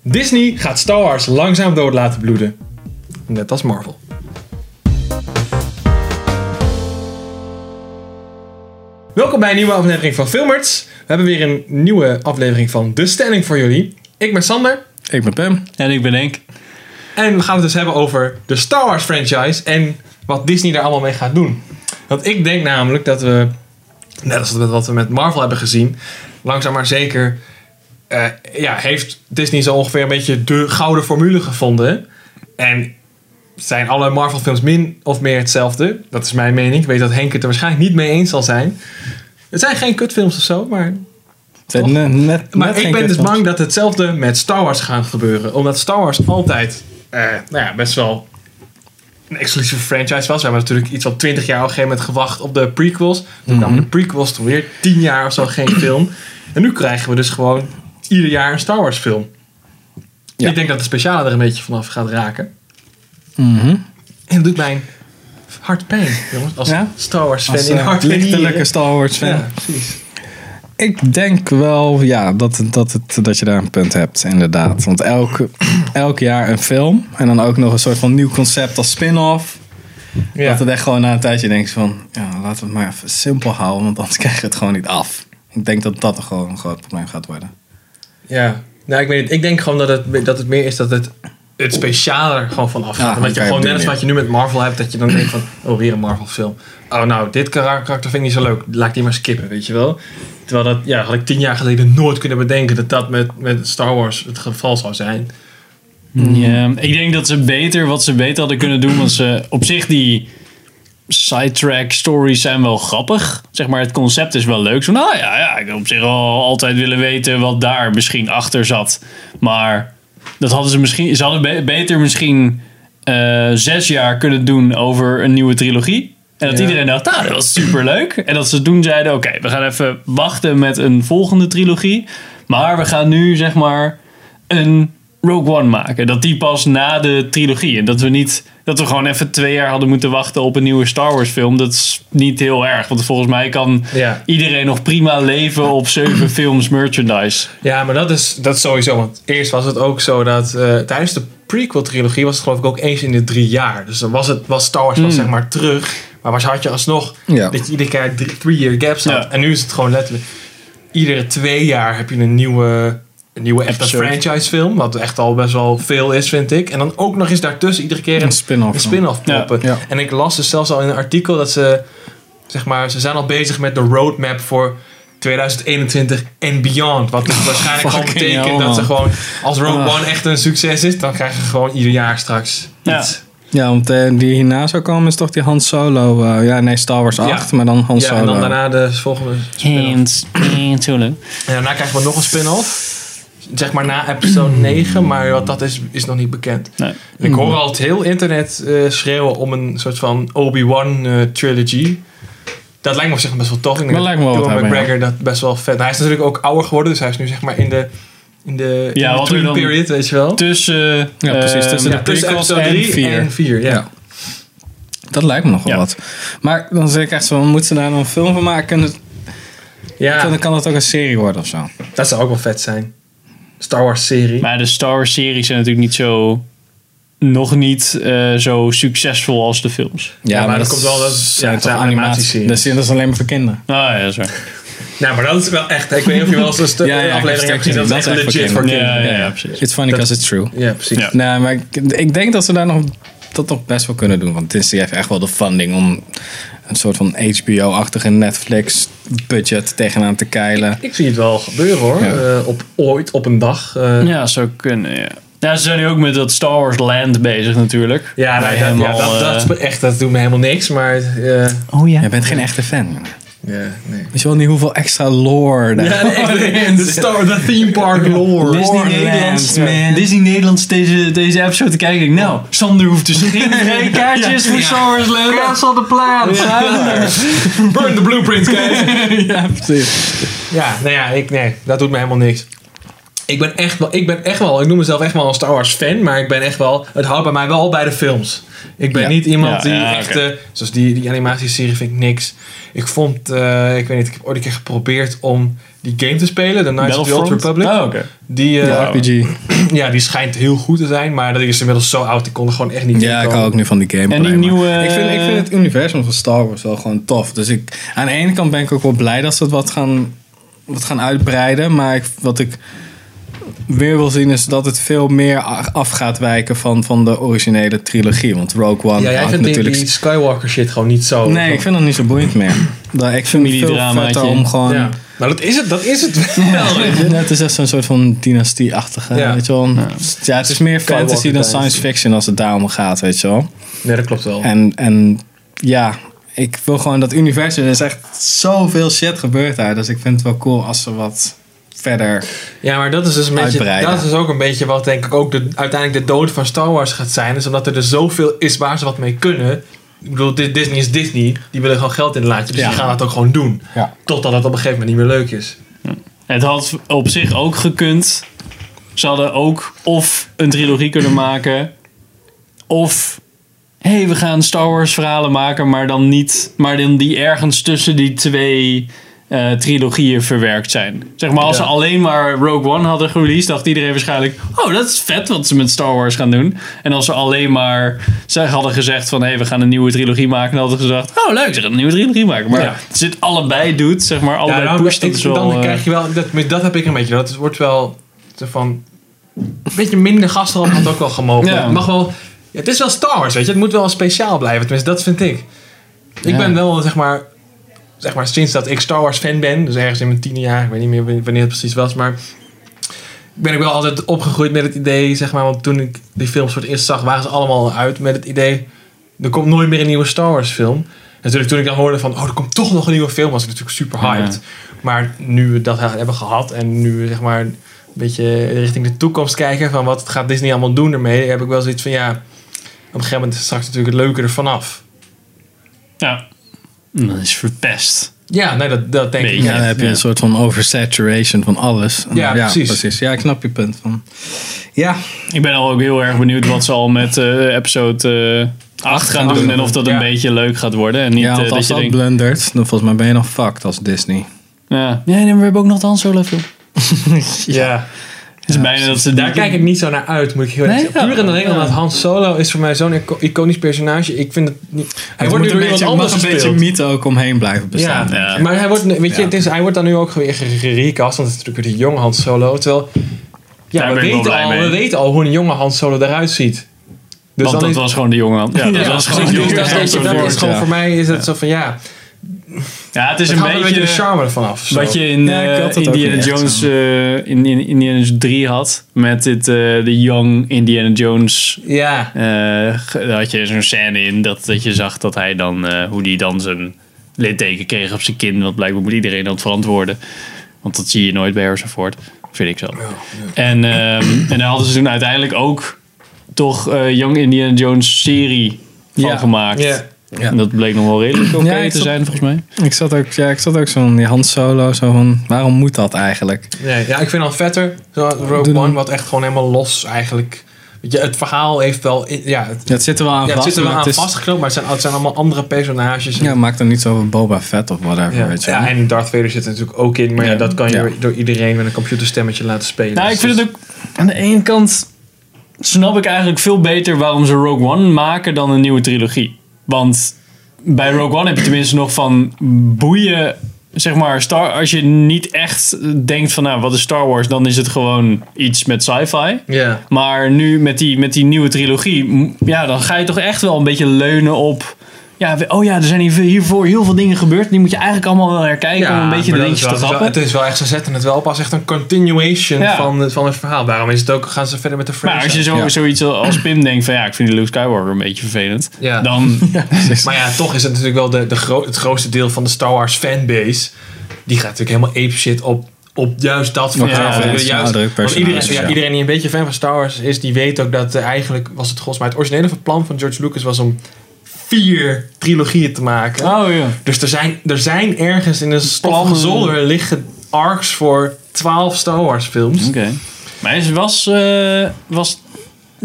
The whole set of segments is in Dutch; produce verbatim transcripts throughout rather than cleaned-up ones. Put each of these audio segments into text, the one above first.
Disney gaat Star Wars langzaam dood laten bloeden. Net als Marvel. Welkom bij een nieuwe aflevering van Filmerts. We hebben weer een nieuwe aflevering van De Stelling voor jullie. Ik ben Sander. Ik ben Pam. En ik ben Henk. En we gaan het dus hebben over de Star Wars franchise en wat Disney daar allemaal mee gaat doen. Want ik denk namelijk dat we, net als wat we met Marvel hebben gezien, langzaam maar zeker uh, ja, heeft Disney zo ongeveer een beetje de gouden formule gevonden. En zijn alle Marvel films min of meer hetzelfde. Dat is mijn mening. Ik weet dat Henk het er waarschijnlijk niet mee eens zal zijn. Het zijn geen kutfilms of zo, maar... Net, net, net maar ik ben dus kutfilms. bang dat hetzelfde met Star Wars gaat gebeuren. Omdat Star Wars altijd uh, nou ja, best wel een exclusieve franchise was. We hebben natuurlijk iets van twintig jaar op een gegeven moment gewacht op de prequels. Toen mm-hmm. kwamen de prequels, toen weer tien jaar of zo geen film. En nu krijgen we dus gewoon ieder jaar een Star Wars film. Ja. Ik denk dat de speciale er een beetje vanaf gaat raken. Mm-hmm. En dat doet mijn hart pijn, jongens. Als ja? Star Wars fan als, in uh, hart lichtelijke Star Wars fan. Ja, precies. Ik denk wel ja, dat, dat, het, dat je daar een punt hebt, inderdaad. Want elk, elk jaar een film. En dan ook nog een soort van nieuw concept als spin-off. Ja. Dat het echt gewoon na een tijdje denkt van... Ja, laten we het maar even simpel houden. Want anders krijg je het gewoon niet af. Ik denk dat dat gewoon een groot probleem gaat worden. Ja, nou ik weet het. Ik denk gewoon dat het, dat het meer is dat het... het speciale er gewoon van afgaat. Ja, omdat je gewoon net als wat je nu met Marvel hebt, dat je dan denkt van, oh, weer een Marvel film. Oh, nou, dit karakter vind ik niet zo leuk. Laat ik die maar skippen, weet je wel. Terwijl dat, ja, had ik tien jaar geleden nooit kunnen bedenken dat dat met, met Star Wars het geval zou zijn. Ja, ik denk dat ze beter, wat ze beter hadden kunnen doen, want ze op zich die sidetrack stories zijn wel grappig. Zeg maar, het concept is wel leuk. Zo, nou ja, ja, ik heb op zich al altijd willen weten wat daar misschien achter zat. Maar dat hadden ze misschien, ze hadden be- beter misschien uh, zes jaar kunnen doen over een nieuwe trilogie. En dat ja. iedereen dacht, nou, dat was superleuk. En dat ze toen zeiden, oké, okay, we gaan even wachten met een volgende trilogie. Maar we gaan nu, zeg maar, een Rogue One maken. Dat die pas na de trilogie. En dat we niet, dat we gewoon even twee jaar hadden moeten wachten op een nieuwe Star Wars film. Dat is niet heel erg. Want volgens mij kan ja. iedereen nog prima leven op zeven films merchandise. Ja, maar dat is, dat is sowieso. Want eerst was het ook zo dat uh, tijdens de prequel-trilogie was het geloof ik ook eens in de drie jaar. Dus dan was, het, was Star Wars mm. was zeg maar terug. Maar was, had je alsnog ja. dat je iedere keer drie, three year gaps had. Ja. En nu is het gewoon letterlijk... Iedere twee jaar heb je een nieuwe... Een nieuwe echte franchise film. Wat echt al best wel veel is, vind ik. En dan ook nog eens daartussen iedere keer een, een spin-off, een spin-off proppen. Ja, ja. En ik las dus zelfs al in een artikel dat ze... Zeg maar, ze zijn al bezig met de roadmap voor twintig eenentwintig en beyond. Wat dus waarschijnlijk gewoon betekent hell, dat ze gewoon... Als Rogue One echt een succes is, dan krijgen ze gewoon ieder jaar straks ja. iets. Ja, want uh, die hierna zou komen is toch die Han Solo. Uh, ja, nee, Star Wars acht, ja. maar dan Han ja, Solo. Ja, en dan daarna de volgende spin-off. Han Solo. En daarna krijgen we nog een spin-off. Zeg maar na episode negen, maar wat dat is, is nog niet bekend. Nee. Ik hoor al het heel internet uh, schreeuwen om een soort van Obi-Wan uh, trilogy. Dat lijkt me op zich best wel tof. Ik denk dat Ewan McGregor ja. dat best wel vet. Hij is natuurlijk ook ouder geworden, dus hij is nu zeg maar in de in de, ja, in de tween period, weet je wel. Tussen, uh, ja, precies, tussen ja, de prequels en vier. En vier ja. ja. Dat lijkt me nog wel ja. wat. Maar dan zeg ik echt zo, moeten ze daar nog een film van maken? Ja. Dan kan dat ook een serie worden of zo. Dat zou ook wel vet zijn. Star Wars serie. Maar de Star Wars series zijn natuurlijk niet zo... nog niet uh, zo succesvol als de films. Ja, ja maar dat komt wel... Dat zijn ja, ja, animatieseries. Dat is, dat is alleen maar voor kinderen. Ah ja, dat is waar. Nou, maar dat is wel echt... Ik weet niet of je wel eens een stuk ja, ja, aflevering hebt gezien. Dat is echt legit voor kinderen. Voor kinderen. Ja, ja, ja, precies. It's funny because it's true. Ja, precies. Ja. Nee, maar ik, ik denk dat ze daar nog... dat nog best wel kunnen doen. Want Disney heeft echt wel de funding om... een soort van H B O-achtige Netflix-budget tegenaan te keilen. Ik zie het wel gebeuren hoor. Ja. Uh, op, ooit, op een dag. Uh. Ja, zou kunnen, ja. Ja, ze zijn nu ook met dat Star Wars Land bezig natuurlijk. Ja, nee, dat, helemaal, ja dat, dat, echt, dat doet me helemaal niks. Maar, uh, oh ja. Jij bent geen echte fan. Ja, nee. Weet je wel niet hoeveel extra lore daar ja, nee, de, Star, de theme park lore. Disney Nederlands, man. Disney Nederlands deze, deze episode te kijken. Nou, Sander hoeft dus geen vrije kaartjes ja, voor ja. Star Wars Land. Cancel the plans. Ja. Burn the blueprints, guys. Ja, precies. Ja, nou ja, ik, nee, dat doet me helemaal niks. Ik ben echt wel, ik ben echt wel, ik noem mezelf echt wel een Star Wars fan, maar ik ben echt wel, het houdt bij mij wel bij de films. Ik ben ja. niet iemand ja, die ja, echt, okay. uh, zoals die, die animatieserie vind ik niks. Ik vond, uh, ik weet niet, ik heb ooit een keer geprobeerd om die game te spelen, The Knights of the Old Republic. Oh, okay. Die uh, ja, R P G. Ja, die schijnt heel goed te zijn, maar dat is inmiddels zo oud, die kon er gewoon echt niet in Ja, ik hou ook nu van die gameplay. En die nieuwe... Ik vind, ik vind het universum van Star Wars wel gewoon tof. Dus ik, aan de ene kant ben ik ook wel blij dat ze het wat gaan, wat gaan uitbreiden. Maar ik, wat ik weer wil zien is dat het veel meer af gaat wijken van, van de originele trilogie. Want Rogue One... Ja, jij vindt natuurlijk... die Skywalker shit gewoon niet zo... Nee, ik vind dat niet zo boeiend meer. Dat, ik vind het veel vetter om gewoon... Ja. Nou, dat is het, dat is het wel. Ja, het is echt zo'n soort van dynastie-achtige, ja. weet je wel. Ja. ja, het is meer fantasy dan science fiction als het daarom gaat, weet je wel. Nee, dat klopt wel. En, en ja, ik wil gewoon dat universum, er is echt zoveel shit gebeurd daar. Dus ik vind het wel cool als ze wat verder Ja, maar dat is dus een beetje, dat is dus ook een beetje wat denk ik ook de, uiteindelijk de dood van Star Wars gaat zijn. Is omdat er dus zoveel is waar ze wat mee kunnen. Ik bedoel, Disney is Disney. Die willen gewoon geld in de laadje. Dus ja. die gaan dat ook gewoon doen. Ja. Totdat het op een gegeven moment niet meer leuk is. Ja. Het had op zich ook gekund. Ze hadden ook of een trilogie kunnen maken. Of... hé, hey, we gaan Star Wars verhalen maken. Maar dan niet... maar dan die ergens tussen die twee... Uh, trilogieën verwerkt zijn. Zeg maar, als ja. ze alleen maar Rogue One hadden gereleased, dacht iedereen waarschijnlijk, oh, dat is vet wat ze met Star Wars gaan doen. En als ze alleen maar ze hadden gezegd van, hé, hey, we gaan een nieuwe trilogie maken, dan hadden ze gezegd, oh, leuk, ze gaan een nieuwe trilogie maken. Maar ja. het zit allebei doet, zeg maar, allebei ja, nou, pusht. Ik, wel, dan uh, krijg je wel, dat, dat heb ik een beetje, dat wordt wel van, een beetje minder gasten had ook wel gemogen. Ja. Het mag wel, ja, het is wel Star Wars, weet je, het moet wel speciaal blijven, tenminste, dat vind ik. Ik ja. ben wel, zeg maar, zeg maar, sinds dat ik Star Wars fan ben, dus ergens in mijn tiende jaar, ik weet niet meer wanneer het precies was, maar ben ik wel altijd opgegroeid met het idee, zeg maar, want toen ik die films voor het eerst zag, waren ze allemaal uit met het idee, er komt nooit meer een nieuwe Star Wars film. En natuurlijk toen ik dan hoorde van, oh, er komt toch nog een nieuwe film, was ik natuurlijk super hyped. Ja. Maar nu we dat hebben gehad en nu we, zeg maar, een beetje richting de toekomst kijken van wat gaat Disney allemaal doen ermee, heb ik wel zoiets van, ja, op een gegeven moment is straks natuurlijk het leuke ervan af. Ja. Dat is verpest. Ja, nee, dat, dat denk nee, ik. Ja, dan heb je ja. een soort van oversaturation van alles. Ja, ja, precies. precies. Ja, ik snap je punt van. Ja. Ik ben al ook heel erg benieuwd wat ze al met uh, episode uh, acht gaan doen. En of dat ja. een beetje leuk gaat worden. En niet, ja, want uh, als dat, dat blundert, dan volgens mij ben je nog fucked als Disney. Ja, nee, nee, maar we hebben ook nog de Han Solo film. ja. Dus ja, bijna dat ze daar kijk ik niet zo naar uit, moet ik heel erg zeggen. Puur en alleen omdat Han Solo is voor mij zo'n iconisch personage. Ik vind het niet... Hij het wordt nu door iemand anders gespeeld. Er mag een beetje mythe ook omheen blijven bestaan. Ja, ja. Maar hij wordt, weet je, ja. het is, hij wordt dan nu ook weer gerecast, want het is natuurlijk weer de jonge Han Solo. Terwijl, ja, we weten, al, we weten al hoe een jonge Han Solo eruit ziet. Dus want dat is, was gewoon de jonge Han. Ja, dat ja, was gewoon de jonge Han Solo. Dat is gewoon voor mij is het zo van, ja... Ja, het is het een, beetje, een beetje de charme ervan af. Zo. Wat je in ja, uh, Indiana Jones uh, in, in Indiana Jones drie had. Met dit, uh, de young Indiana Jones. Ja. Uh, daar had je zo'n scène in. Dat, dat je zag dat hij dan... Uh, hoe die dan zijn litteken kreeg op zijn kin. Want blijkbaar moet iedereen dat verantwoorden. Want dat zie je nooit bij Harrison Ford. Vind ik zo. Ja, ja. En, um, en daar hadden ze toen uiteindelijk ook... toch uh, Young Indiana Jones serie van ja. gemaakt. Ja. Ja. En dat bleek nog wel redelijk oké okay ja, te zijn, volgens mij. Ik zat ook, ja, ik zat ook zo'n Han Solo, zo van, waarom moet dat eigenlijk? Ja, ja ik vind al vetter, zo Rogue Doe One, wat echt gewoon helemaal los eigenlijk. Weet je, het verhaal heeft wel, ja, het, ja, het zit er wel aan ja, vast. Het zit er wel aan is, vastgeknoopt, maar het zijn, het zijn allemaal andere personages. Ja, maakt er niet zo over Boba Fett of whatever, ja. weet je. Ja, en Darth Vader zit er natuurlijk ook in, maar ja, ja dat kan je ja. door iedereen met een computerstemmetje laten spelen. Nou, ik vind het ook, aan de ene kant snap ik eigenlijk veel beter waarom ze Rogue One maken dan een nieuwe trilogie. Want bij Rogue One heb je tenminste nog van boeien, zeg maar, Star, als je niet echt denkt van, nou, wat is Star Wars, dan is het gewoon iets met sci-fi. Yeah. Maar nu met die, met die nieuwe trilogie, ja, dan ga je toch echt wel een beetje leunen op, ja, oh ja, er zijn hier, hiervoor heel veel dingen gebeurd. Die moet je eigenlijk allemaal wel herkijken ja, om een beetje de dingetjes te grappen. Het is wel echt, ze zetten het wel op als echt een continuation ja. van, van het verhaal. Daarom is het ook, gaan ze verder met de franchise. Maar als je zo, ja. zoiets als Pim denkt van, ja, ik vind die Luke Skywalker een beetje vervelend. Ja. Dan... Ja. Maar ja, toch is het natuurlijk wel de, de gro- het grootste deel van de Star Wars fanbase. Die gaat natuurlijk helemaal ape shit op, op juist dat verhaal. Ja, ja, juist, iedereen, ja, iedereen die een beetje fan van Star Wars is, die weet ook dat uh, eigenlijk was het volgens mij het originele plan van George Lucas was om vier trilogieën te maken. Oh ja. Dus er zijn, er zijn ergens in een stoffige zolder liggen arcs voor twaalf Star Wars films. Oké. Okay. Maar het was, uh, was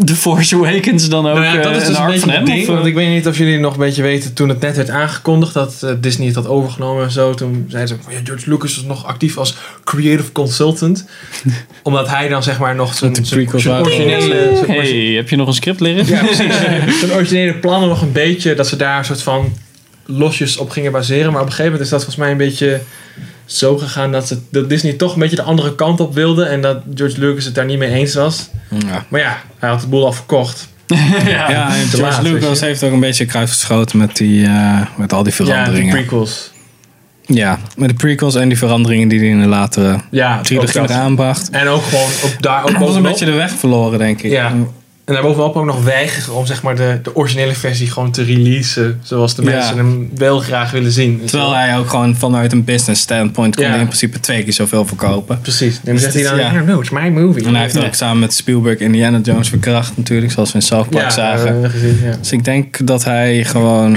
The Force Awakens dan ook nou ja, dat is dus een, een, een van hem? Ding, want ik weet niet of jullie nog een beetje weten, toen het net werd aangekondigd dat uh, Disney het had overgenomen en zo, toen zeiden ze, ja, George Lucas was nog actief als creative consultant. Omdat hij dan zeg maar nog zijn, zijn, zijn originele... Zijn hey, heb je nog een script liggen? Ja, precies. Zijn originele plannen nog een beetje, dat ze daar een soort van losjes op gingen baseren. Maar op een gegeven moment is dat volgens mij een beetje zo gegaan dat, ze, dat Disney toch een beetje de andere kant op wilde. En dat George Lucas het daar niet mee eens was. Ja. Maar ja, hij had de boel al verkocht. ja, ja, en George laat, Lucas heeft ook een beetje kruid geschoten met, die, uh, met al die veranderingen. Ja, de prequels. Ja, met de prequels en die veranderingen die hij in de latere ja, trilogie aanbracht. En ook gewoon op daar ook dat was een beetje de weg verloren, denk ik. Ja. En daarbovenop ook nog weigeren om zeg maar de, de originele versie gewoon te releasen. Zoals de mensen ja. hem wel graag willen zien. Terwijl hij ook gewoon vanuit een business standpoint kon ja. in principe twee keer zoveel verkopen. Precies. En dan zegt hij dan, ja. no, it's my movie. En hij heeft ja. ook samen met Spielberg Indiana Jones verkracht natuurlijk. Zoals we in South Park ja, zagen. Uh, gezien, ja. Dus ik denk dat hij gewoon...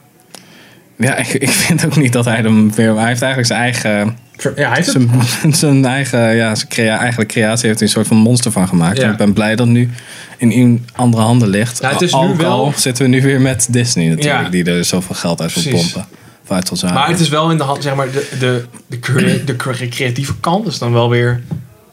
ja, ik, ik vind ook niet dat hij hem weer... Hij heeft eigenlijk zijn eigen... Ja, hij heeft zijn, zijn eigen, ja, zijn crea- eigenlijk creatie heeft hij een soort van monster van gemaakt. Ja. En ik ben blij dat het nu in andere handen ligt. Ja, het is al, nu wel... al zitten we nu weer met Disney natuurlijk, ja. die er zoveel geld uit wil pompen. Of uit wil zagen. Maar het is wel in de hand, zeg maar, de, de, de, cre- de creatieve kant is dan wel weer...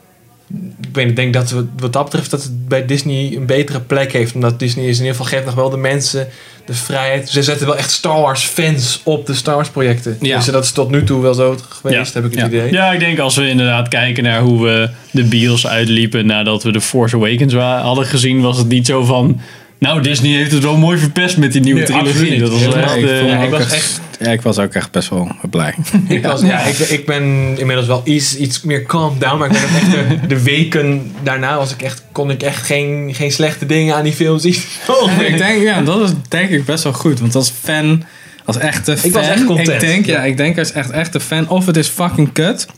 Ik weet, ik denk dat we, wat dat betreft dat het bij Disney een betere plek heeft. Omdat Disney is in ieder geval geeft nog wel de mensen de vrijheid. Ze zetten wel echt Star Wars fans op de Star Wars projecten. Ja. Dus dat is tot nu toe wel zo geweest, ja. heb ik het ja. idee. Ja, ik denk als we inderdaad kijken naar hoe we de bios uitliepen nadat we de Force Awakens hadden gezien, was het niet zo van... Nou, Disney heeft het wel mooi verpest met die nieuwe nee, trilogie. Dat was ja, echt, ik, uh, ja, ik was echt... Ja, ik was ook echt best wel blij. Ik, was, ja, ik, ik ben inmiddels wel iets, iets meer calm down. Maar ik ben ook echt de, de weken daarna was ik echt, kon ik echt geen, geen slechte dingen aan die film zien. Oh, ik denk, ja, dat is denk ik best wel goed. Want als fan, als echte fan... Ik was echt content. Ik denk, ja, ik denk als echt echte fan, of het is fucking kut...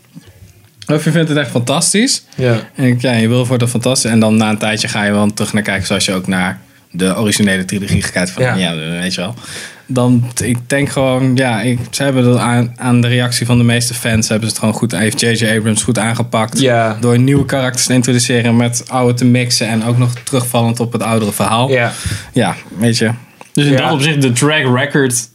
Of je vindt het echt fantastisch. Ja. En ik, ja, je wil voor het fantastisch. En dan na een tijdje ga je wel terug naar kijken zoals je ook naar... de originele trilogie gekijkt van, ja. ja, weet je wel. Dan, ik denk gewoon, ja, ik, ze hebben het aan, aan de reactie van de meeste fans hebben ze het gewoon goed, heeft J J Abrams goed aangepakt. Ja. Door nieuwe karakters te introduceren met oude te mixen en ook nog terugvallend op het oudere verhaal. Ja, ja weet je. Dus in ja. dat opzicht, de track record,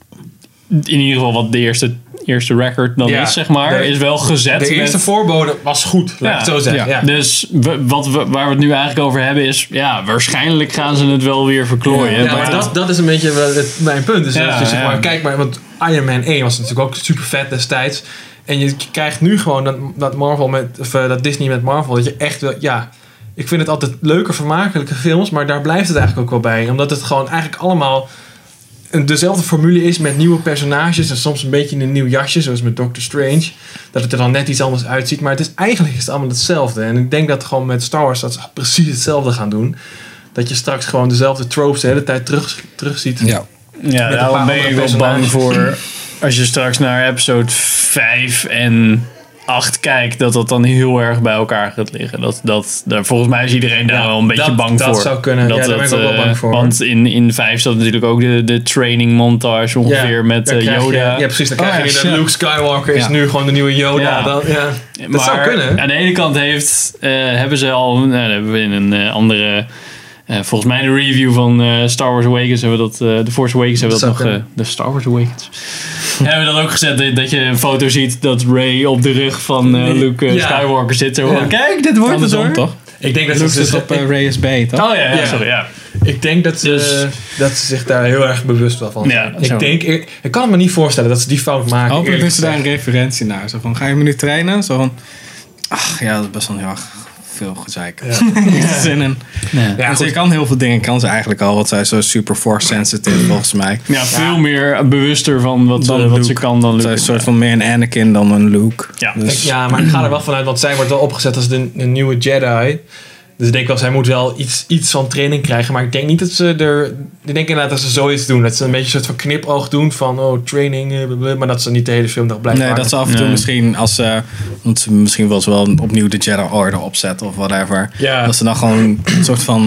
in ieder geval wat de eerste... eerste record dan ja, is, zeg maar, de, is wel gezet. De eerste met... voorbode was goed, laat ja, ik het zo zeggen. Ja. Ja. Dus we, wat we, waar we het nu eigenlijk over hebben is... ja, waarschijnlijk gaan ze het wel weer verklooien. Ja, ja, maar dat, dat is een beetje het, mijn punt. Dus, ja, dus zeg maar, ja. kijk maar, want Iron Man één was natuurlijk ook super vet destijds. En je krijgt nu gewoon dat, dat Marvel met, of uh, dat Disney met Marvel, dat je echt wel, ja... Ik vind het altijd leuke, vermakelijke films, maar daar blijft het eigenlijk ook wel bij. Omdat het gewoon eigenlijk allemaal... dezelfde formule is met nieuwe personages en soms een beetje in een nieuw jasje, zoals met Doctor Strange, dat het er dan net iets anders uitziet, maar het is eigenlijk is het allemaal hetzelfde. En ik denk dat gewoon met Star Wars dat ze precies hetzelfde gaan doen, dat je straks gewoon dezelfde tropes de hele tijd terug, terug ziet. Ja, ja daarom ben ik wel bang voor als je straks naar episode vijf en acht kijkt, dat dat dan heel erg bij elkaar gaat liggen. Dat, dat, daar, volgens mij is iedereen daar ja, wel een beetje dat, bang dat voor. Dat zou kunnen. Dat, ja, daar ben ik ook wel bang voor. Want in, in vijf staat natuurlijk ook de, de training montage ongeveer ja, met uh, Yoda. Je, ja, precies. Dan krijg oh, je ja, dat Luke Skywalker is ja. nu gewoon de nieuwe Yoda. Ja. Dan, ja. Dat maar zou kunnen. Aan de ene kant heeft, uh, hebben ze al, nou, dat hebben we in een uh, andere... Uh, volgens mij de review van uh, Star Wars Awakens hebben we dat, uh, The Force Awakens hebben we dat nog, uh, de Star Wars Awakens hebben we dat ook gezet, dat je een foto ziet dat Rey op de rug van uh, Luke uh, ja. Skywalker zit. Zo, ja. Kijk, dit wordt het hoor. Toch? Ik denk dat Luke ze zit op uh, Rey is B, toch? Oh ja, ja, ja. sorry, ja. Ik denk dat ze, dus, dat ze zich daar heel erg bewust van zijn. Ja, ik, denk, ik, ik kan me niet voorstellen dat ze die fout maken. Hopelijk doen ze daar een referentie naar. Zo van, ga je me nu trainen? Zo van, ach ja, dat is best wel heel erg veel gezeik. Ja. Niet zin in. Ja. Ja, en je kan heel veel dingen, kan ze eigenlijk al, wat zij zo super force sensitive volgens mij. Ja, veel ja. meer bewuster van wat, uh, wat ze kan dan Luke. Zij is een soort van meer een Anakin dan een Luke. Ja, dus. Ja, maar ik ga er wel vanuit, want zij wordt wel opgezet als de, de nieuwe Jedi. Dus ik denk wel, zij moet wel iets, iets van training krijgen. Maar ik denk niet dat ze er... Ik denk inderdaad dat ze zoiets doen. Dat ze een beetje een soort van knipoog doen van... Oh, training, blablabla, maar dat ze niet de hele film nog blijven Nee, maken. dat ze af en toe nee. misschien als ze... Want ze misschien wel ze wel opnieuw de Jedi Order opzetten of whatever. Ja. Dat ze dan gewoon een soort van...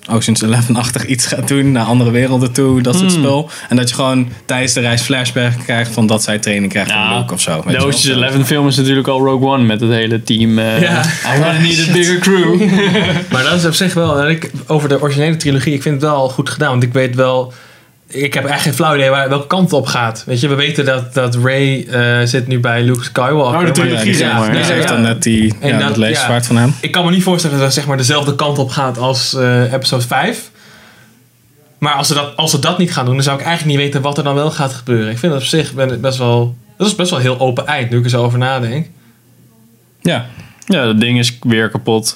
Ocean's Eleven-achtig iets gaat doen, naar andere werelden toe, dat soort mm. spul. En dat je gewoon tijdens de reis flashback krijgt van dat zij training krijgt van nou, Luke of zo. De Ocean's Eleven film is natuurlijk al Rogue One met het hele team. Uh, ja. I wanna need a bigger crew. Maar dat is op zich wel, ik, over de originele trilogie, ik vind het wel goed gedaan, want ik weet wel, ik heb eigenlijk geen flauw idee waar, welke kant het op gaat. Weet je, we weten dat, dat Rey uh, zit nu bij Luke Skywalker. Oh, de trilogie, ja, zeg maar. Die heeft dan net die, ja, dat, dat laserzwaard ja, van hem. Ik kan me niet voorstellen dat het zeg maar dezelfde kant op gaat als uh, episode vijf. Maar als ze, dat, als ze dat niet gaan doen, dan zou ik eigenlijk niet weten wat er dan wel gaat gebeuren. Ik vind dat op zich best wel, dat is best wel heel open eind, nu ik er zo over nadenk. Ja, ja, dat ding is weer kapot.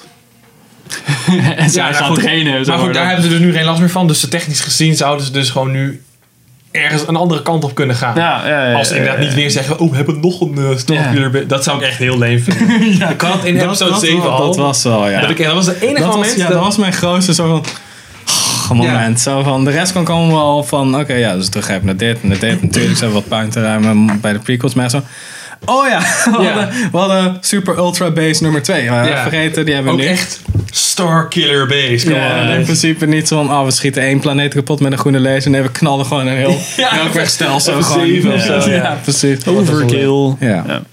En zij ja, gaan goed, trainen. Maar goed, daar hebben ze dus nu geen last meer van. Dus technisch gezien zouden ze dus gewoon nu ergens een andere kant op kunnen gaan. Ja, ja, ja, als ze inderdaad ja, ja. niet weer zeggen, oh, we hebben nog een uh, Starkiller. Ja. Dat zou ik echt heel leem vinden. ja, ik had het in dat, episode dat, zeven dat, al. Dat was wel, ja. Dat, ik, dat was het enige dat moment. Was, ja, dat, dat was mijn grootste zo van... Oh, moment. Ja. Zo van, de rest kan komen wel van... Oké, okay, ja, dus teruggrijpen naar dit en naar dit. Natuurlijk zijn we wat puin te ruimen bij de prequels. Maar zo... Oh ja, we, ja. Hadden, we hadden Super Ultra Base nummer twee. Maar ja. vergeten, die hebben we ook nu. Echt Starkiller Base. Ja, in principe niet zo van, oh, we schieten één planeet kapot met een groene laser. Nee, we knallen gewoon een heel ja, melkwegstelsel. Gewoon. Ja, zo, ja. ja, precies. Overkill. Ja. ja.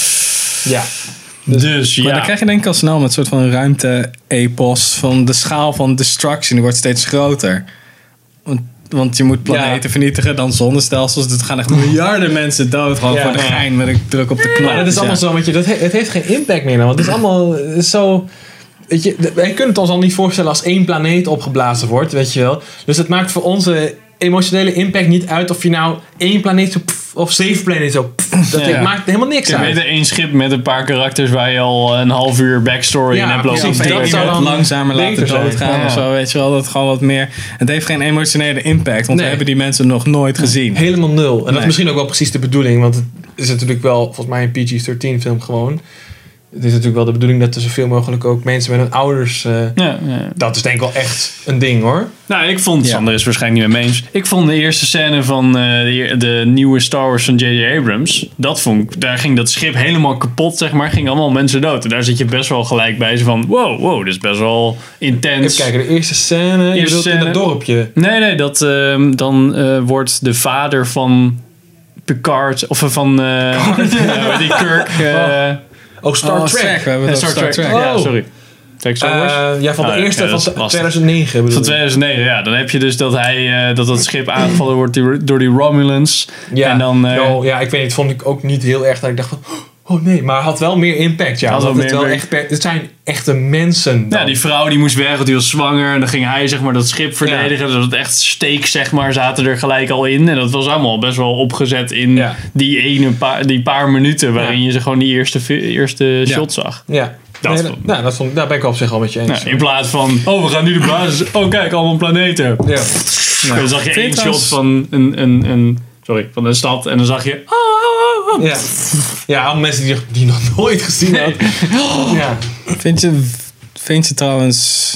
ja. Dus, dus ja. Maar dan krijg je denk ik al snel met een soort van ruimte-epos van de schaal van destruction. Die wordt steeds groter. Want Want je moet planeten ja. vernietigen, dan zonnestelsels. Dus er gaan echt miljarden mensen dood. Gewoon ja, voor de gein met een druk op de knop. Maar dat is dus allemaal ja. zo, want je, dat he, het heeft geen impact meer. Want het is allemaal het is zo... Weet je, wij kunnen het ons al niet voorstellen als één planeet opgeblazen wordt, weet je wel. Dus het maakt voor onze emotionele impact niet uit of je nou één planeet zo pff, of zeven planeten zo pff, dat ja. maakt helemaal niks uit. Je weet één schip met een paar karakters waar je al een half uur backstory ja, in hebt lopen. Precies, dat zou dan langzamer laten doodgaan ja. of zo, weet je wel. Dat gewoon wat meer. Het heeft geen emotionele impact, want nee. we hebben die mensen nog nooit gezien. Helemaal nul. En nee. dat is misschien ook wel precies de bedoeling, want het is natuurlijk wel volgens mij een P G dertien film gewoon. Het is natuurlijk wel de bedoeling dat er zoveel mogelijk ook mensen met hun ouders... Uh, ja, ja. Dat is denk ik wel echt een ding hoor. Nou, ik vond... Ja. Sander is waarschijnlijk niet met me eens. Ik vond de eerste scène van uh, de, de nieuwe Star Wars van J J Abrams... Dat vond ik... Daar ging dat schip helemaal kapot, zeg maar. Gingen allemaal mensen dood. En daar zit je best wel gelijk bij. Zo van, wow, wow, dit is best wel intens. Even kijken, de eerste scène... Eerste je bedoelt scène, in dat dorpje? Nee, nee, dat... Uh, dan uh, wordt de vader van Picard... Of van... Uh, die Kirk... Uh, oh. Oh, Star oh, Trek. We hebben ja, Star, Star Trek. Trek. Oh. Ja, sorry. Uh, ja, van de ah, eerste ja, van twintig negen bedoel Van twintig negen, ja. Dan heb je dus dat hij uh, dat dat schip aangevallen wordt die, door die Romulans. Ja. En dan, uh, oh, ja, ik weet niet, vond ik ook niet heel erg dat ik dacht van... Oh nee, maar had wel meer impact. Ja, had wel het, wel echt per, het zijn echte mensen. Dan. Ja, die vrouw die moest weg, want die was zwanger. En dan ging hij zeg maar dat schip verdedigen. Ja. Dus dat echt stakes zeg maar zaten er gelijk al in. En dat was allemaal best wel opgezet in ja. die ene paar, die paar minuten waarin ja. je ze gewoon die eerste, eerste ja. shot zag. Ja. Dat nee, dat, nou, dat vond, daar ben ik op zich al met je eens. Nou, in plaats van, oh we gaan nu de basis. Oh kijk, allemaal planeten. Ja. Nou, dan zag je één shot van een, een, een, sorry, van een stad. En dan zag je... Oh, oh, oh. Ja, ja, allemaal mensen die, die nog nooit gezien hadden. Ja. Vind je, vind je trouwens...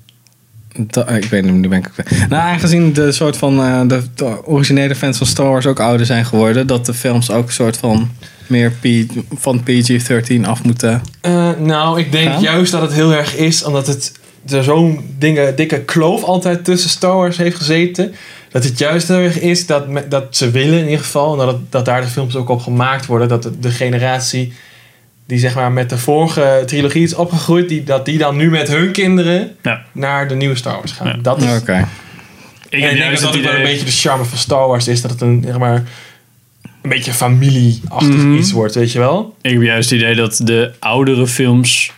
Dat, ik weet niet, nu ben ik ook... Nou, aangezien de soort van... Uh, de, de originele fans van Star Wars ook ouder zijn geworden... dat de films ook een soort van... meer P, van P G dertien af moeten uh, Nou, ik denk gaan? juist dat het heel erg is... omdat het er zo'n dinge, dikke kloof altijd tussen Star Wars heeft gezeten... dat het juist heel erg is dat, dat ze willen in ieder geval... en dat, het, dat daar de films ook op gemaakt worden... dat de, de generatie die zeg maar met de vorige trilogie is opgegroeid... Die, dat die dan nu met hun kinderen ja. naar de nieuwe Star Wars gaan. Ja. Dat is... Oké. Okay. Ik, en ik denk dat dat ook wel een beetje de charme van Star Wars is... dat het een, zeg maar... een beetje familieachtig mm-hmm. iets wordt, weet je wel? Ik heb juist het idee dat de oudere films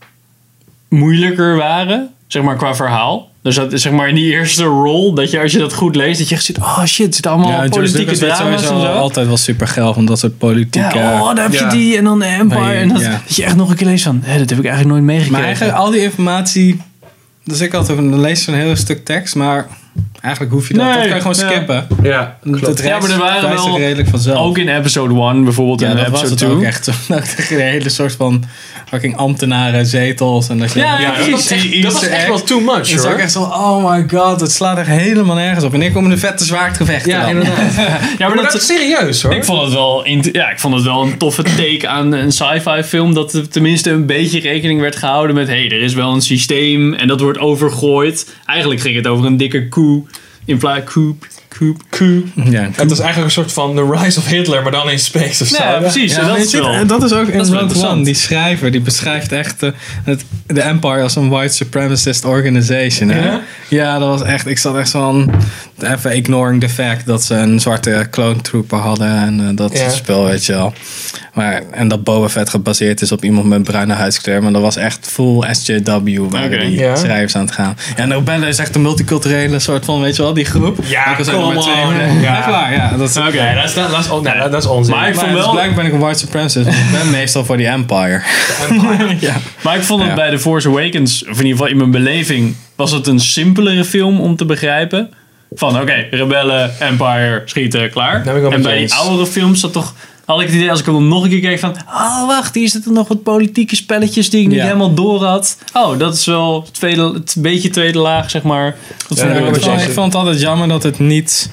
moeilijker waren, zeg maar qua verhaal. Dus dat zeg maar in die eerste rol, dat je als je dat goed leest, dat je echt ziet, oh shit, het zit allemaal ja, politieke drama's en zo. Altijd wel super geil van dat soort politieke... Ja, oh, daar heb je ja. die en dan de Empire. Je, en dat, ja. dat je echt nog een keer leest van, hé, dat heb ik eigenlijk nooit meegekregen. Maar eigenlijk al die informatie, dus ik altijd dan lees zo'n heel stuk tekst, maar Eigenlijk hoef je dat, Nee, dat kan je gewoon ja. skippen. Ja, klopt. Het Ja, maar er waren wijst zich wel, redelijk vanzelf. ook in episode one bijvoorbeeld, ja, en dat was episode het ook two. echt. Een hele soort van fucking ambtenaren zetels. En dat je, Ja, Ja, dat was die echt, dat was Easter echt egg. wel too much, Het is hoor. ook echt zo, oh my god, het slaat echt helemaal nergens op. Wanneer komen de vette zwaardgevechten Ja, dan? inderdaad. Ja, Maar maar dat dat, is serieus, hoor. ik vond het wel, int- ja, ik vond het wel een toffe take aan een sci-fi film. Dat er tenminste een beetje rekening werd gehouden met, hé, hey, er is wel een systeem en dat wordt overgooid. Eigenlijk ging het over een dikke coup. In plaats coup, coup, coup. Ja, Het is eigenlijk een soort van The Rise of Hitler, maar dan in space of zo. Ja, precies. Ja, en dat, weet is je, wel, dat is ook in dat is wel Rogue interessant. One. Die schrijver die beschrijft echt eh, het, de Empire als een white supremacist organization. Hè? Ja? Ja, dat was echt. Ik zat echt zo van. Even ignoring the fact dat ze een zwarte clone trooper hadden en uh, dat Ja. soort spel, weet je wel. Maar, en dat Boba Fett gebaseerd is op iemand met bruine huidskleur. Maar dat was echt full S J W waar Oké. die Ja. schrijvers aan het gaan. Ja, Nobella is echt een multiculturele soort van, weet je wel, die groep. Ja, Ik was come ook met twee- on. Ja. Echt waar, ja. Dat is, Oké. Nee, dat is, dat, dat is, on- nee, dat is onzin. Maar ik maar vond dus wel, blijkbaar ben ik een white supremacist. want Ik ben meestal voor die Empire. ja. maar ik vond het Ja. bij The Force Awakens, of in ieder geval in mijn beleving, was het een simpelere film om te begrijpen. Van oké, rebellen, Empire, schieten, klaar. ben ik wel En met bij je die eens. oudere films zat toch, had ik het idee als ik hem nog een keer keek van, oh wacht, hier zitten nog wat politieke spelletjes die ik niet Ja. helemaal door had. Oh, dat is wel het, tweede, het beetje tweede laag, zeg maar. Dat Ja, vind ik ja, ook maar wel ik, vond, Jason. ik vond het altijd jammer dat het niet.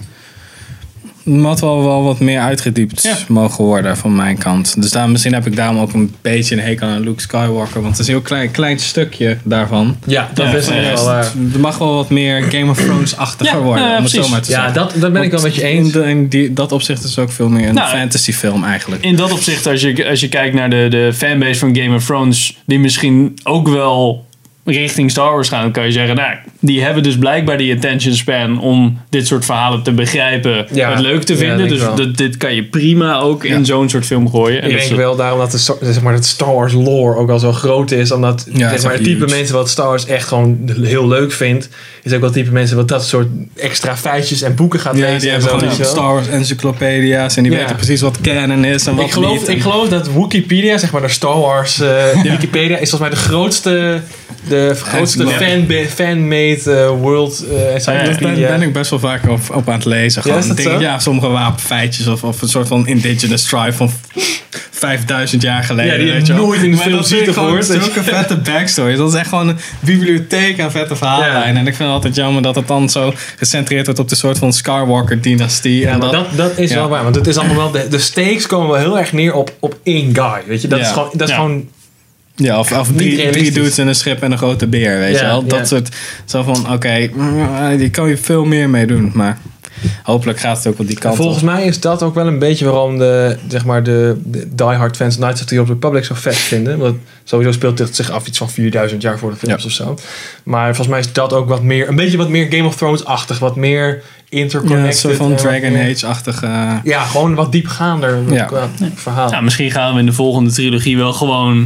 Het had wel, wel wat meer uitgediept Ja. mogen worden van mijn kant. Dus daar, misschien heb ik daarom ook een beetje een hekel aan Luke Skywalker. Want het is een heel klein, klein stukje daarvan. Ja, dat Ja, is van de echt rest. wel... eh, Er mag wel wat meer Game of Thrones-achtiger Ja, worden. ja, om het zo precies. maar te ja, zeggen. dat, dat ben ik wel met je In, eens. de, in die, dat opzicht is het ook veel meer een Nou, fantasyfilm eigenlijk. In dat opzicht, als je, als je kijkt naar de, de fanbase van Game of Thrones, die misschien ook wel richting Star Wars gaan, dan kan je zeggen, nou, die hebben dus blijkbaar die attention span om dit soort verhalen te begrijpen, Ja, het leuk te ja, vinden. denk Dus ik wel. dit, dit kan je prima ook in Ja. zo'n soort film gooien. En Ik dat denk is- wel daarom dat de, Star- zeg maar, het Star Wars lore ook al zo groot is. Omdat Ja, het zeg is maar, echt het type huge. mensen wat Star Wars echt gewoon heel leuk vindt. Is ook wel het type mensen wat dat soort extra feitjes en boeken gaat Ja, lezen. die en hebben zo, gewoon weet je wel. Star Wars encyclopedia's en die Ja. weten precies wat canon is en wat Ik geloof, niet. ik geloof dat Wikipedia, zeg maar de Star Wars eh, Wikipedia, is volgens mij de grootste, de grootste Ja. fan, fan-made eh, world eh ja, Daar encyclopedia. ben, ben ik best wel vaak op, op aan het lezen. Gewoon is dat dingen- zo? ja, sommige wapenfeitjes of, of een soort van indigenous tribe van vijfduizend jaar geleden. Ja, die je weet je wel. nooit in de Maar film dat ziet vind ik of gewoon hoort. zulke vette backstories. Dat is echt gewoon een bibliotheek aan vette verhaallijnen. Ja. En ik vind het altijd jammer dat het dan zo gecentreerd wordt op de soort van Skywalker-dynastie. Ja, en maar dat, dat is ja. wel waar. Want het is allemaal wel, de, de stakes komen wel heel erg neer op, op één guy. Weet je, dat Ja. is gewoon, dat is Ja. gewoon Ja, of, of Niet drie, drie realistisch. dudes in een schip en een grote beer, weet Ja, je wel. Dat ja. soort, zo van, oké, mm, die kan je veel meer mee doen. Maar hopelijk gaat het ook op die kant op. Volgens mij is dat ook wel een beetje waarom de, zeg maar de, de diehard fans Knights of the Old Republic zo vet vinden. Want sowieso speelt het zich af iets van vierduizend jaar voor de films Ja. of zo. Maar volgens mij is dat ook wat meer, een beetje wat meer Game of Thrones-achtig. Wat meer Ja, interconnected. een soort van en wat Dragon meer- Age-achtige... Ja, gewoon wat diepgaander Ja. qua verhaal. Nou, misschien gaan we in de volgende trilogie wel gewoon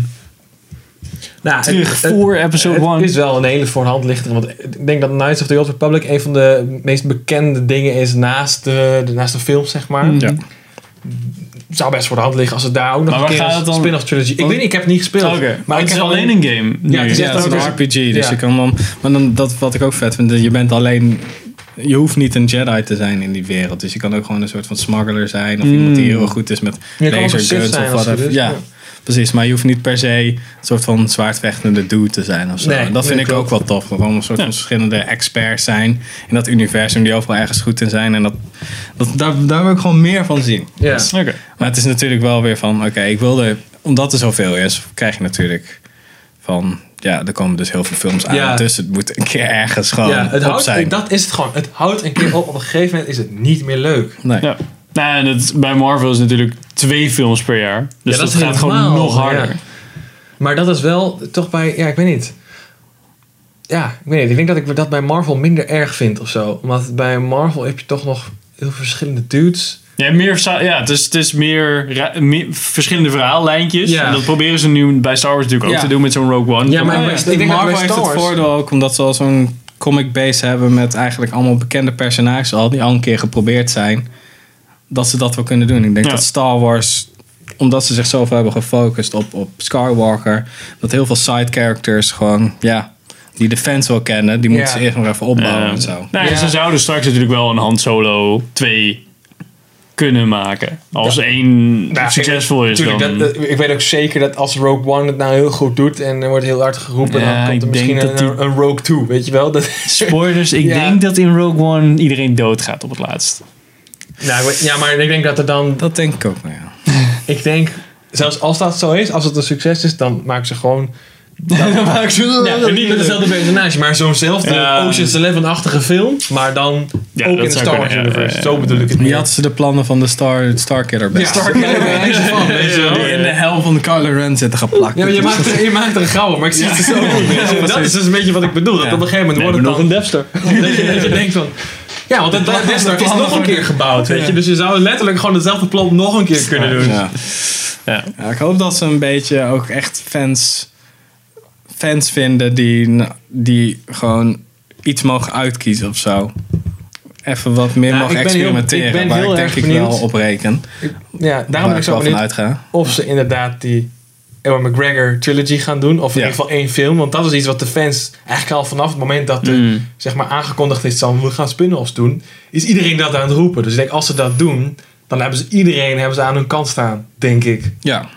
Nou, terug het- voor episode Het one. is wel een hele voor de hand liggende. Want ik denk dat Knights of the Old Republic een van de meest bekende dingen is naast de, de, naast de films, zeg maar. Mm. Ja. Het zou best voor de hand liggen als het daar ook nog Maar een waar keer gaat een het dan- spin-off trilogy. Ik Oh. weet niet, ik heb het niet gespeeld. Oké, maar het ik is heb alleen een game. Ja, het is nu. echt Ja, het is ook een R P G, dus ja. je kan dan... Maar dan, dat wat ik ook vet vind, je bent alleen... Je hoeft niet een Jedi te zijn in die wereld. Dus je kan ook gewoon een soort van smuggler zijn. Of Mm. iemand die heel goed is met Je kan ook een laser Sith guns zijn of als je whatever. dus, Ja, ja. precies. Maar je hoeft niet per se een soort van zwaardvechtende dude te zijn of zo. Nee, En dat vind nee, ik klopt. ook wel tof. Gewoon een soort Ja. van verschillende experts zijn in dat universum die overal ergens goed in zijn. En dat, dat, daar, daar wil ik gewoon meer van zien. Ja. Dus- Oké. maar het is natuurlijk wel weer van, oké, ik wilde, omdat er zoveel is, krijg je natuurlijk van, ja, er komen dus heel veel films aan. Ja. Dus het moet een keer ergens gewoon Ja, het op houdt, zijn. dat is het gewoon. Het houdt een keer op. Op een gegeven moment is het niet meer leuk. Nee. Ja. Nou, en het, bij Marvel is natuurlijk twee films per jaar. Dus Ja, dat dat, is gaat gewoon helemaal, nog harder. ja. Maar dat is wel toch bij... Ja, ik weet niet. Ja, ik weet niet. Ik denk dat ik dat bij Marvel minder erg vind of zo. Want bij Marvel heb je toch nog heel veel verschillende dudes. Ja, meer, sa- ja het, is, het is meer, ra- meer verschillende verhaallijntjes. Ja. En dat proberen ze nu bij Star Wars natuurlijk ook Ja. te doen met zo'n Rogue One. Ja, maar- Maar ik denk dat Marvel bij heeft Star het Wars- voordeel ook, omdat ze al zo'n comic base hebben met eigenlijk allemaal bekende personages al, die al een keer geprobeerd zijn, dat ze dat wel kunnen doen. Ik denk Ja. dat Star Wars, omdat ze zichzelf hebben gefocust op, op Skywalker, dat heel veel side characters gewoon, ja, die de fans wel kennen, die moeten Ja. ze eerst nog even opbouwen Ja. en zo. Nou, ja, Ja. ze zouden straks natuurlijk wel een Han Solo twee kunnen maken. Als Ja. één Nou, succesvol is Tuurlijk, dan... dat, dat- ik weet ook zeker dat als Rogue One het nou heel goed doet en er wordt heel hard geroepen, Ja, dan komt er ik misschien denk een, dat die- een Rogue twee, weet je wel? Dat, Spoilers, ik Ja. denk dat in Rogue One iedereen doodgaat op het laatst. nou, ik weet- ja, maar ik denk dat er dan, Dat denk ik ook wel, ja. ik denk, zelfs als dat zo is, als het een succes is, dan maken ze gewoon Dan maak ze ja, niet met dezelfde personage, maar zo'nzelfde Ja. Ocean's Eleven-achtige film, maar dan Ja, ook dat in de zou Star Wars kunnen, ja, universe. ja, Zo ja. bedoel ik het Die niet. had ze de plannen van de Star, Starkiller bij. Ja, Starkiller bij wijze van, weet je wel. Die in de helm van de Kylo Ren zitten geplakt. Ja, maar je maakt er, je maakt er een grauw, maar ik zie het dus ook niet meer. Dat is dus een beetje wat ik bedoel. Dat op een gegeven moment wordt het nog dan... een Death Star. Dat je, dat je denkt van... Ja, want het Death Star is nog een keer gebouwd, weet je. Dus je zou letterlijk gewoon hetzelfde plan nog een keer kunnen doen. Ja. Ja. Ja, ik hoop dat ze een beetje ook echt fans, fans vinden die, die gewoon iets mogen uitkiezen of zo. Even wat meer Nou, mogen ik ben heel- experimenteren, ik ben waar heel ik denk erg ik benieuwd. wel op reken. Ja, daarom Waar ben ik zo wel van benieuwd uitga. of ze inderdaad die Ewan McGregor trilogy gaan doen. Of in Ja. ieder geval één film. Want dat is iets wat de fans eigenlijk al vanaf het moment dat er Mm. zeg maar aangekondigd is dat we gaan spin-offs doen. Is iedereen dat aan het roepen. Dus ik denk als ze dat doen, dan hebben ze iedereen hebben ze aan hun kant staan. Denk ik. Ja,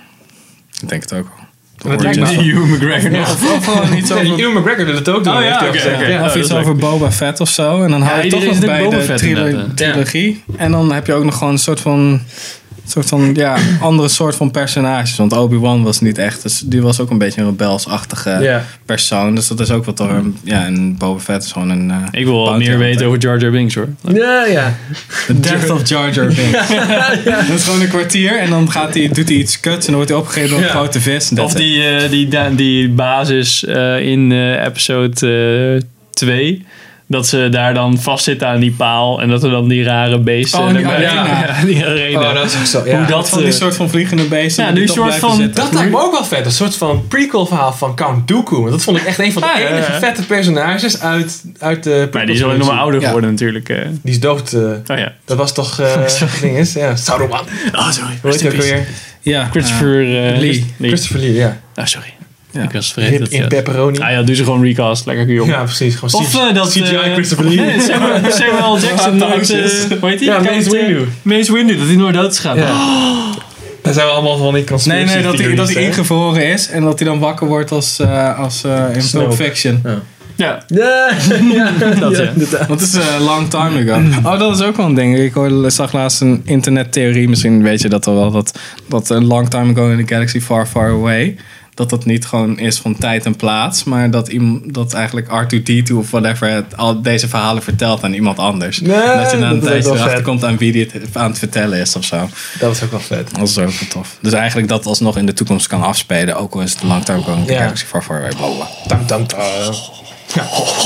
ik denk het ook wel. En dat lijkt me Die Hugh McGregor nog. Of, of gewoon iets Ja, over, die Ewan McGregor wil het ook doen. Oh, ja, heeft hij al oké, gezegd. oké. Ja. of dat iets is over Boba Fett of zo. En dan hou je iedereen toch is nog ook bij Boba de Fett trilo- inderdaad, trilogie. En dan heb je ook nog gewoon een soort van... soort van, ja, andere soort van personages. Want Obi-Wan was niet echt... Dus die was ook een beetje een rebelsachtige Ja. persoon. Dus dat is ook wat toch... een- Ja, en Boba Fett is gewoon een... eh, Ik wil wat bounty meer hunter. weten over Jar Jar Binks hoor. Ja, ja. The Death of Jar Jar Binks. Dat is gewoon een kwartier. En dan gaat hij, doet hij iets kuts. En dan wordt hij opgegeten door een Ja. grote vis. En Of that's it. die, eh, die, da- die basis eh, in eh, episode twee. Dat ze daar dan vastzitten aan die paal. En dat er dan die rare beesten... Oh, die erbij- arena. Ja, die arena. Oh, dat is ook zo. Ja. Hoe dat... Van die eh, soort van vliegende beesten. Ja, die die toch soort blijven van- zitten. Dat lijkt me ook wel vet. Een soort van prequel verhaal van Count Dooku. Want dat vond ik echt een van de Ah, ja, enige ja. vette personages uit, uit de maar die is alleen nog maar ouder Ja. geworden natuurlijk. eh. Die is dood. eh. Oh ja. Dat was toch... eh ding is? Ja, Sauron. Oh, sorry. Hoe heet hij ook weer? Ja, Christopher eh, Lee. Christopher Lee, ja. Oh, sorry. Ja. Ik was vergeten. Rip dat in ja. pepperoni. Ah ja, doe ze gewoon recast. Lekker joh. Ja, precies. Gewoon Of C G I eh, dat... C G I eh, Christopher Lee. Nee, Samuel, Samuel L. Jackson. uit, eh, hoe heet die? Ja, Mace Count, eh, Windu. Mace Windu, dat hij nooit dood is gaan. Ja. Daar zijn we allemaal van die Nee, conspiracy nee, dat hij, theories, dat hij hè? ingevroren is en dat hij dan wakker wordt als, eh, als eh, in Pulp Snoke. Fiction. Ja. Ja, ja, Dat, ja, ja. inderdaad. Dat is een long time ago. Oh, dat is ook wel een ding. Ik hoorde, zag laatst een internettheorie, misschien weet je dat al wel, dat, dat een long time ago in the galaxy far, far away, dat dat niet gewoon is van tijd en plaats, maar dat, iemand, dat eigenlijk R twee D twee of whatever het, al deze verhalen vertelt aan iemand anders. Nee, dat je na dat een is tijdje wel erachter vet. komt aan wie die het aan het vertellen is of zo. Dat is ook wel vet. Dat is ook wel tof. Dus eigenlijk dat alsnog in de toekomst kan afspelen, ook al is het long time ago in the Ja. galaxy far, far away. Blah, blah. Tam, tam, tam. Ja.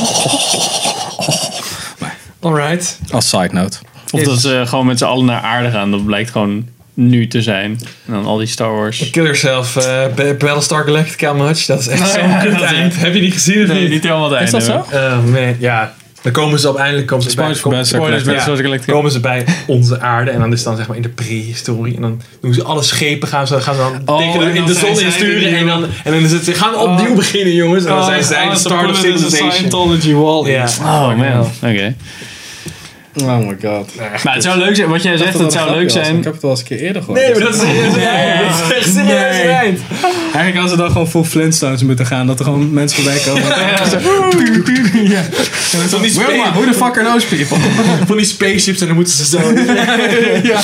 Alright. Als side note. Of dat ze gewoon met z'n allen naar aarde gaan. Dat blijkt gewoon nu te zijn. En dan al die Star Wars. Kill Yourself, uh, Battlestar Galactica much. Dat is echt zo'n ja, kut dat is- eind. Heb je die gezien of Nee, niet? niet helemaal het Is einde. dat zo? Oh man, ja. Dan komen ze uiteindelijk komen ze bij, Spoilers voor kom- Battlestar spoilers, Galactica. ja. Battlestar Galactica. komen ze bij onze aarde. En dan is het dan zeg maar in de prehistorie. En dan doen ze alle schepen gaan ze, gaan ze dan Oh, tegen de- en in dan de zijn zon zij insturen. de En dan, nieuwe- en dan is het, ze gaan opnieuw beginnen jongens. En dan zijn zij de start of civilization. Scientology wall. Ja. Oh man. Oké. Oh my god. Maar het zou leuk zijn. Wat jij zegt, het zou leuk zijn. Ik heb het wel eens een keer eerder gehoord. Nee, maar dat is serieus. Nee, dat is echt serieus Nee. eind. Eigenlijk hadden ze dan gewoon full Flintstones moeten gaan. Dat er gewoon mensen voorbij komen. Ja. Van die, Wilma, spa- who the fuck are those people? van die spaceships en dan moeten ze zo. Ja.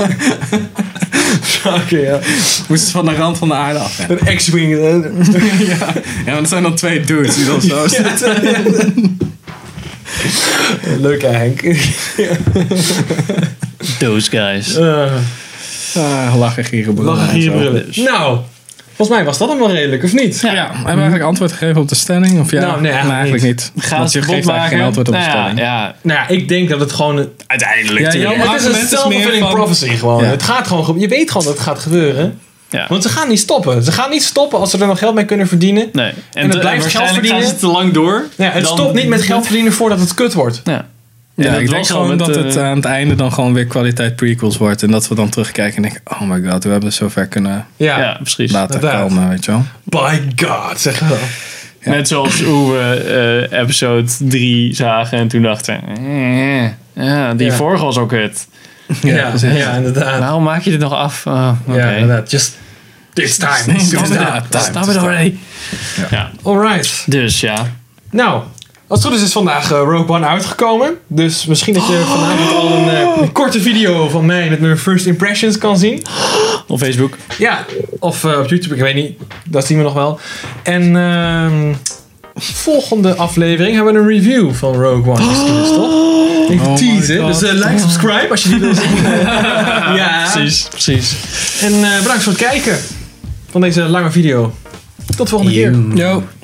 Oké, ja. Moesten ze van de rand van de aarde af. Ja, Een X-Wing. ja maar dat zijn dan twee dudes die dan zo zitten. Leuk hè, Henk. Those guys. Uh, Ah, lachen, gieren, brullen. Lachen, en gieren, zo. brullen. Nou, volgens mij was dat hem wel redelijk, of niet? Ja, hebben we eigenlijk antwoord gegeven op de stelling? Of ja, Nou, nee, eigenlijk eigenlijk niet. Gaan Want ze je het geeft eigenlijk geen antwoord op de Nou ja, stelling. ja, Nou ja, ik denk dat het gewoon... uiteindelijk. Ja, tuurlijk. jammer. Het is een argument is self-fulfilling meer van- prophecy gewoon. Ja. Het gaat gewoon... ge- Je weet gewoon dat het gaat gebeuren. Ja. Want ze gaan niet stoppen. Ze gaan niet stoppen als ze er nog geld mee kunnen verdienen. Nee. En, En het te- blijft en geld waarschijnlijk gaan verdienen. ze te lang door. Ja, het Dan- stopt niet met geld verdienen voordat het kut wordt. Ja. Ja, En dat ik denk was al gewoon met, dat eh, het aan het einde dan gewoon weer kwaliteit prequels wordt. En dat we dan terugkijken en denken, oh my god, we hebben het zover kunnen Ja, Ja, precies. laten inderdaad. komen, weet je wel. by God, zeg wel. Ja. Net zoals hoe we uh, episode drie zagen en toen dachten... Eh, ja, die ja. vorige was ook het. Ja, ja, ja, ja, inderdaad. Waarom maak je dit nog af? Oh, okay. Ja, inderdaad. Just... It's time. It's time. Stop it already. Ja. Ja. Alright. Dus ja. Nou... Als het goed is, is vandaag uh, Rogue One uitgekomen. Dus misschien dat je vanavond al een, uh, een korte video van mij met mijn first impressions kan zien. Op Facebook. Ja, of uh, op YouTube, ik weet niet. Dat zien we nog wel. En uh, volgende aflevering hebben we een review van Rogue One. Dus toch? Even oh teasen. Dus uh, like, subscribe als je die wil zien. Ja, precies, precies. En uh, bedankt voor het kijken van deze lange video. Tot de volgende keer. Yo.